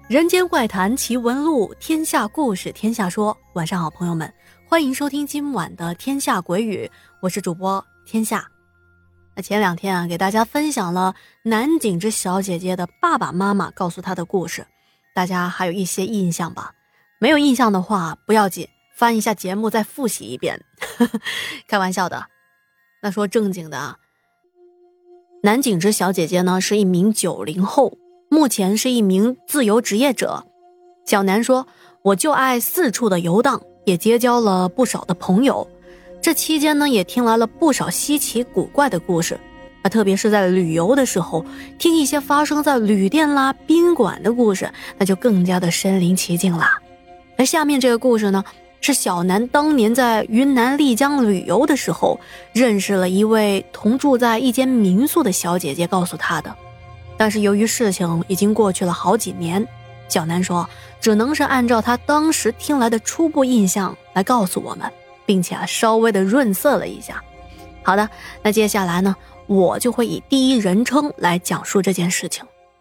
人间怪谈奇闻录，天下故事天下说。晚上好，朋友们，欢迎收听今晚的天下鬼语，我是主播天下。前两天给大家分享了南景之小姐姐的爸爸妈妈告诉她的故事，大家还有一些印象吧？没有印象的话不要紧，翻一下节目再复习一遍开玩笑的。那说正经的南景之小姐姐呢是一名90后，目前是一名自由职业者。小南说，我就爱四处的游荡，也结交了不少的朋友。这期间呢，也听来了不少稀奇古怪的故事，特别是在旅游的时候，听一些发生在旅店啦、宾馆的故事，那就更加的身临其境啦。而下面这个故事呢，是小南当年在云南丽江旅游的时候，认识了一位同住在一间民宿的小姐姐告诉他的。但是由于事情已经过去了好几年，小南说只能是按照他当时听来的初步印象来告诉我们，并且稍微的润色了一下。好的，那接下来呢，我就会以第一人称来讲述这件事情。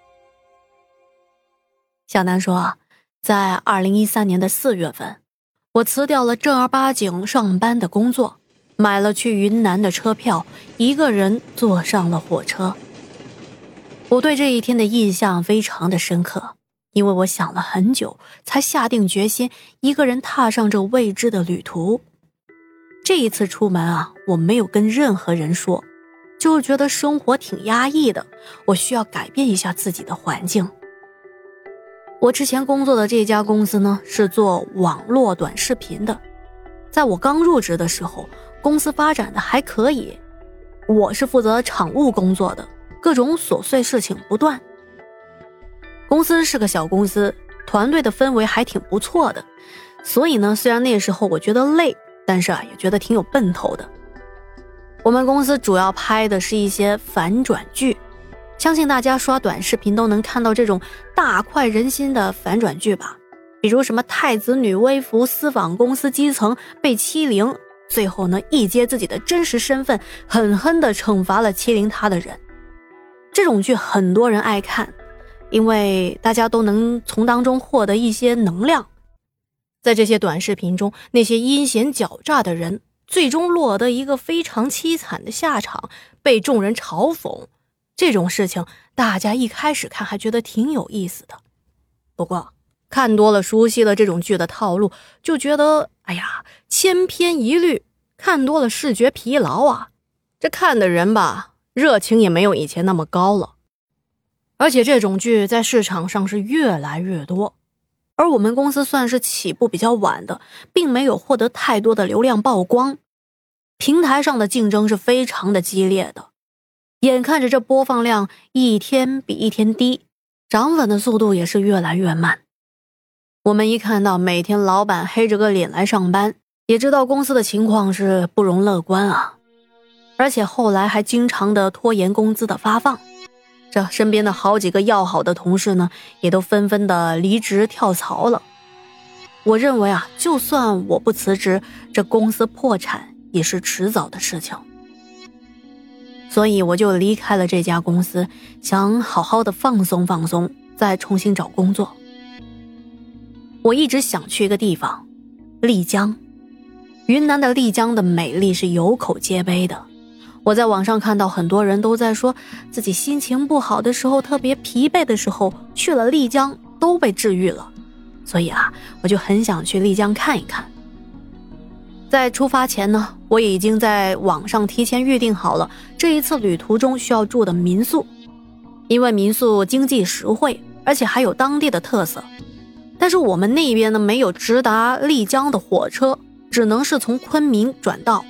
小南说，在2013年的4月份，我辞掉了正儿八经上班的工作，买了去云南的车票，一个人坐上了火车。我对这一天的印象非常的深刻，因为我想了很久，才下定决心一个人踏上这未知的旅途。这一次出门我没有跟任何人说，就是觉得生活挺压抑的，我需要改变一下自己的环境。我之前工作的这家公司呢，是做网络短视频的。在我刚入职的时候，公司发展的还可以，我是负责场务工作的，各种琐碎事情不断。公司是个小公司，团队的氛围还挺不错的，所以呢，虽然那时候我觉得累，但是也觉得挺有奔头的。我们公司主要拍的是一些反转剧，相信大家刷短视频都能看到这种大快人心的反转剧吧，比如什么太子女微服私访公司基层被欺凌，最后呢一揭自己的真实身份，狠狠地惩罚了欺凌他的人。这种剧很多人爱看，因为大家都能从当中获得一些能量。在这些短视频中，那些阴险狡诈的人最终落得一个非常凄惨的下场，被众人嘲讽。这种事情大家一开始看还觉得挺有意思的，不过看多了熟悉了这种剧的套路，就觉得千篇一律，看多了视觉疲劳这看的人吧，热情也没有以前那么高了。而且这种剧在市场上是越来越多，而我们公司算是起步比较晚的，并没有获得太多的流量曝光，平台上的竞争是非常的激烈的。眼看着这播放量一天比一天低，涨粉的速度也是越来越慢。我们一看到每天老板黑着个脸来上班，也知道公司的情况是不容乐观而且后来还经常的拖延工资的发放。这身边的好几个要好的同事呢，也都纷纷的离职跳槽了。我认为就算我不辞职，这公司破产也是迟早的事情。所以我就离开了这家公司，想好好的放松放松，再重新找工作。我一直想去一个地方，丽江。云南的丽江的美丽是有口皆碑的。我在网上看到很多人都在说，自己心情不好的时候，特别疲惫的时候，去了丽江都被治愈了。所以我就很想去丽江看一看。在出发前呢，我已经在网上提前预定好了这一次旅途中需要住的民宿，因为民宿经济实惠，而且还有当地的特色。但是我们那边呢没有直达丽江的火车，只能是从昆明转道。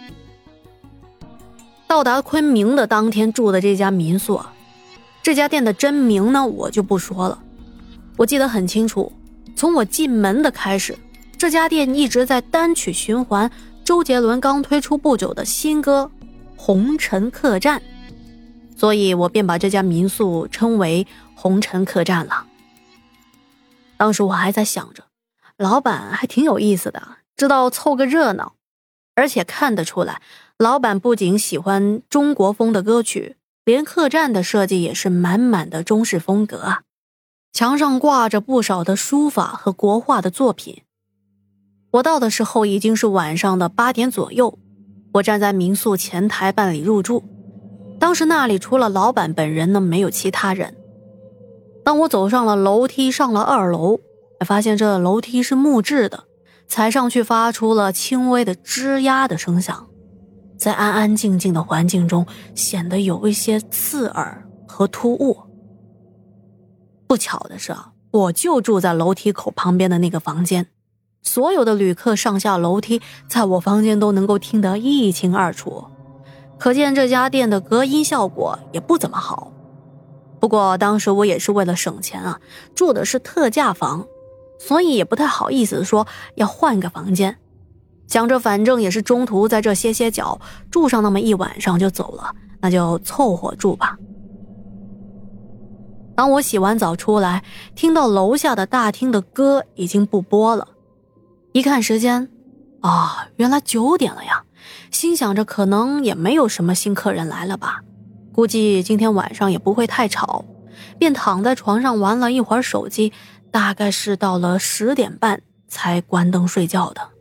到达昆明的当天住的这家民宿这家店的真名呢我就不说了。我记得很清楚，从我进门的开始，这家店一直在单曲循环周杰伦刚推出不久的新歌《红尘客栈》，所以我便把这家民宿称为红尘客栈了。当时我还在想着，老板还挺有意思的，知道凑个热闹，而且看得出来，老板不仅喜欢中国风的歌曲，连客栈的设计也是满满的中式风格墙上挂着不少的书法和国画的作品。我到的时候已经是晚上的8点左右，我站在民宿前台办理入住。当时那里除了老板本人呢，没有其他人。当我走上了楼梯，上了2楼，发现这楼梯是木质的，踩上去发出了轻微的吱呀的声响，在安安静静的环境中显得有一些刺耳和突兀。不巧的是我就住在楼梯口旁边的那个房间，所有的旅客上下楼梯在我房间都能够听得一清二楚，可见这家店的隔音效果也不怎么好。不过当时我也是为了省钱住的是特价房，所以也不太好意思说要换个房间，想着反正也是中途在这歇歇脚，住上那么1晚上就走了，那就凑合住吧。当我洗完澡出来，听到楼下的大厅的歌已经不播了，一看时间原来9点了呀，心想着可能也没有什么新客人来了吧，估计今天晚上也不会太吵，便躺在床上玩了一会儿手机，大概是到了10点半才关灯睡觉的。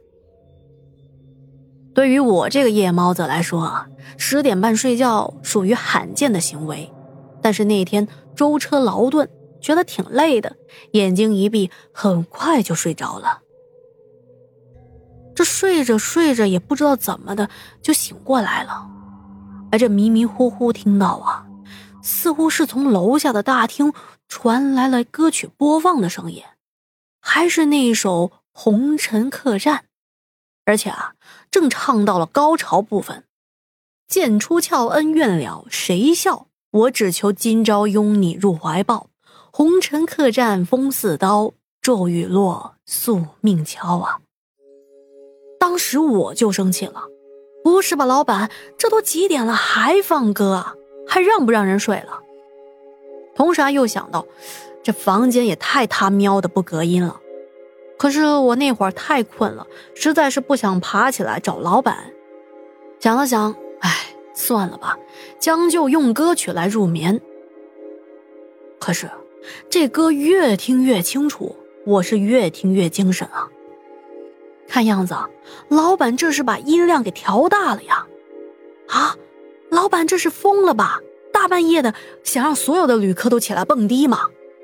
对于我这个夜猫子来说10点半睡觉属于罕见的行为，但是那天舟车劳顿，觉得挺累的，眼睛一闭，很快就睡着了。这睡着睡着也不知道怎么的就醒过来了，而这迷迷糊糊听到似乎是从楼下的大厅传来了歌曲播放的声音，还是那一首《红尘客栈》，而且正唱到了高潮部分。剑出鞘恩怨了谁笑，我只求今朝拥你入怀抱，红尘客栈风似刀，骤雨落宿命敲当时我就生气了，不是吧老板，这都几点了还放歌还让不让人睡了？同时又想到这房间也太他喵的不隔音了，可是我那会儿太困了，实在是不想爬起来找老板。想了想，算了吧，将就用歌曲来入眠。可是这歌越听越清楚，我是越听越精神看样子老板这是把音量给调大了呀。老板这是疯了吧？大半夜的想让所有的旅客都起来蹦迪吗？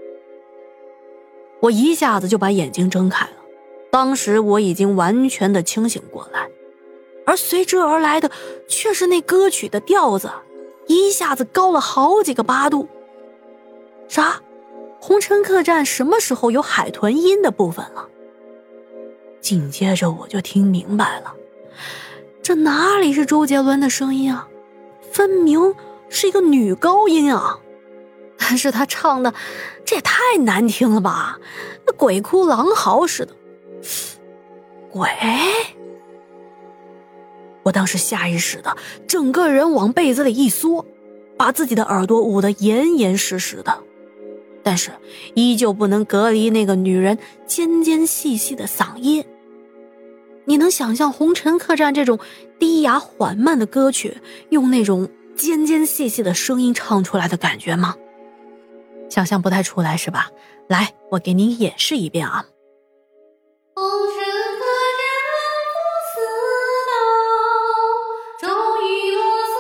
我一下子就把眼睛睁开了，当时我已经完全的清醒过来，而随之而来的却是那歌曲的调子一下子高了好几个8度。啥？红尘客栈什么时候有海豚音的部分了？紧接着我就听明白了，这哪里是周杰伦的声音分明是一个女高音但是他唱的这也太难听了吧，那鬼哭狼嚎似的。鬼？我当时下意识的整个人往被子里一缩，把自己的耳朵捂得严严实实的，但是依旧不能隔离那个女人尖尖细细的嗓音。你能想象红尘客栈这种低哑缓慢的歌曲用那种尖尖细细的声音唱出来的感觉吗？想象不太出来是吧？来，我给你演示一遍红尘客栈风似刀，骤雨落宿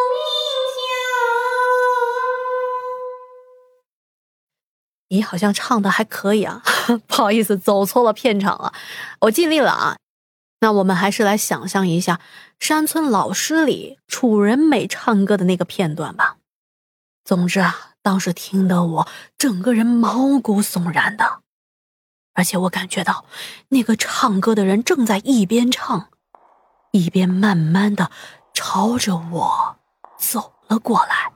命敲。好像唱的还可以不好意思，走错了片场了，我尽力了那我们还是来想象一下山村老诗里楚人美唱歌的那个片段吧。总之当时听得我整个人毛骨悚然的，而且我感觉到那个唱歌的人正在一边唱一边慢慢的朝着我走了过来。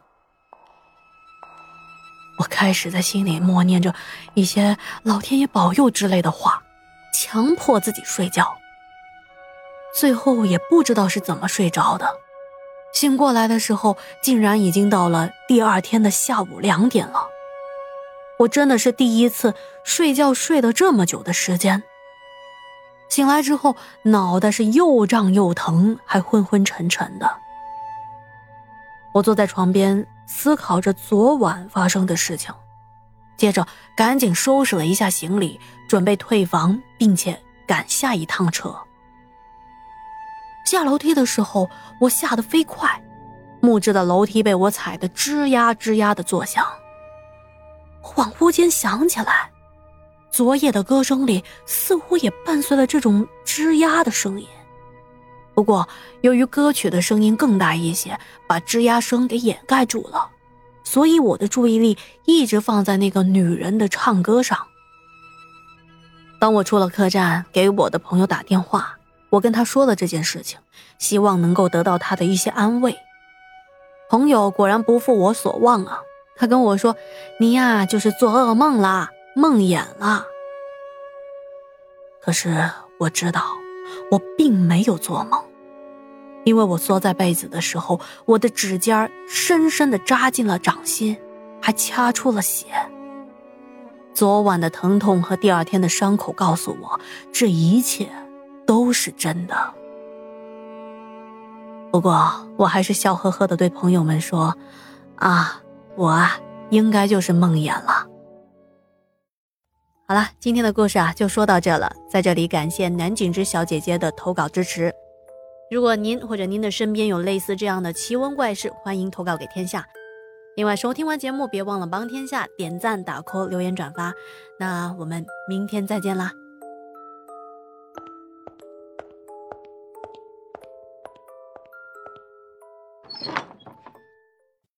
我开始在心里默念着一些老天爷保佑之类的话，强迫自己睡觉。最后也不知道是怎么睡着的，醒过来的时候竟然已经到了第2天的下午2点了。我真的是第一次睡觉睡了这么久的时间。醒来之后脑袋是又胀又疼，还昏昏沉沉的。我坐在床边思考着昨晚发生的事情， 接着赶紧收拾了一下行李，准备退房，并且赶下一趟车。下楼梯的时候，我下得飞快，木质的楼梯被我踩得吱呀吱呀的作响。恍惚间想起来，昨夜的歌声里似乎也伴随了这种吱呀的声音。不过由于歌曲的声音更大一些，把吱呀声给掩盖住了，所以我的注意力一直放在那个女人的唱歌上。当我出了客栈，给我的朋友打电话，我跟他说了这件事情，希望能够得到他的一些安慰。朋友果然不负我所望啊，他跟我说，你呀就是做噩梦啦，梦魇了。可是我知道我并没有做梦，因为我缩在被子的时候，我的指尖深深地扎进了掌心，还掐出了血。昨晚的疼痛和第二天的伤口告诉我，这一切都是真的。不过我还是笑呵呵地对朋友们说，我应该就是梦魇了。好了，今天的故事就说到这了，在这里感谢南景之小姐姐的投稿支持。如果您或者您的身边有类似这样的奇闻怪事，欢迎投稿给天下。另外收听完节目别忘了帮天下点赞打 call 留言转发，那我们明天再见啦。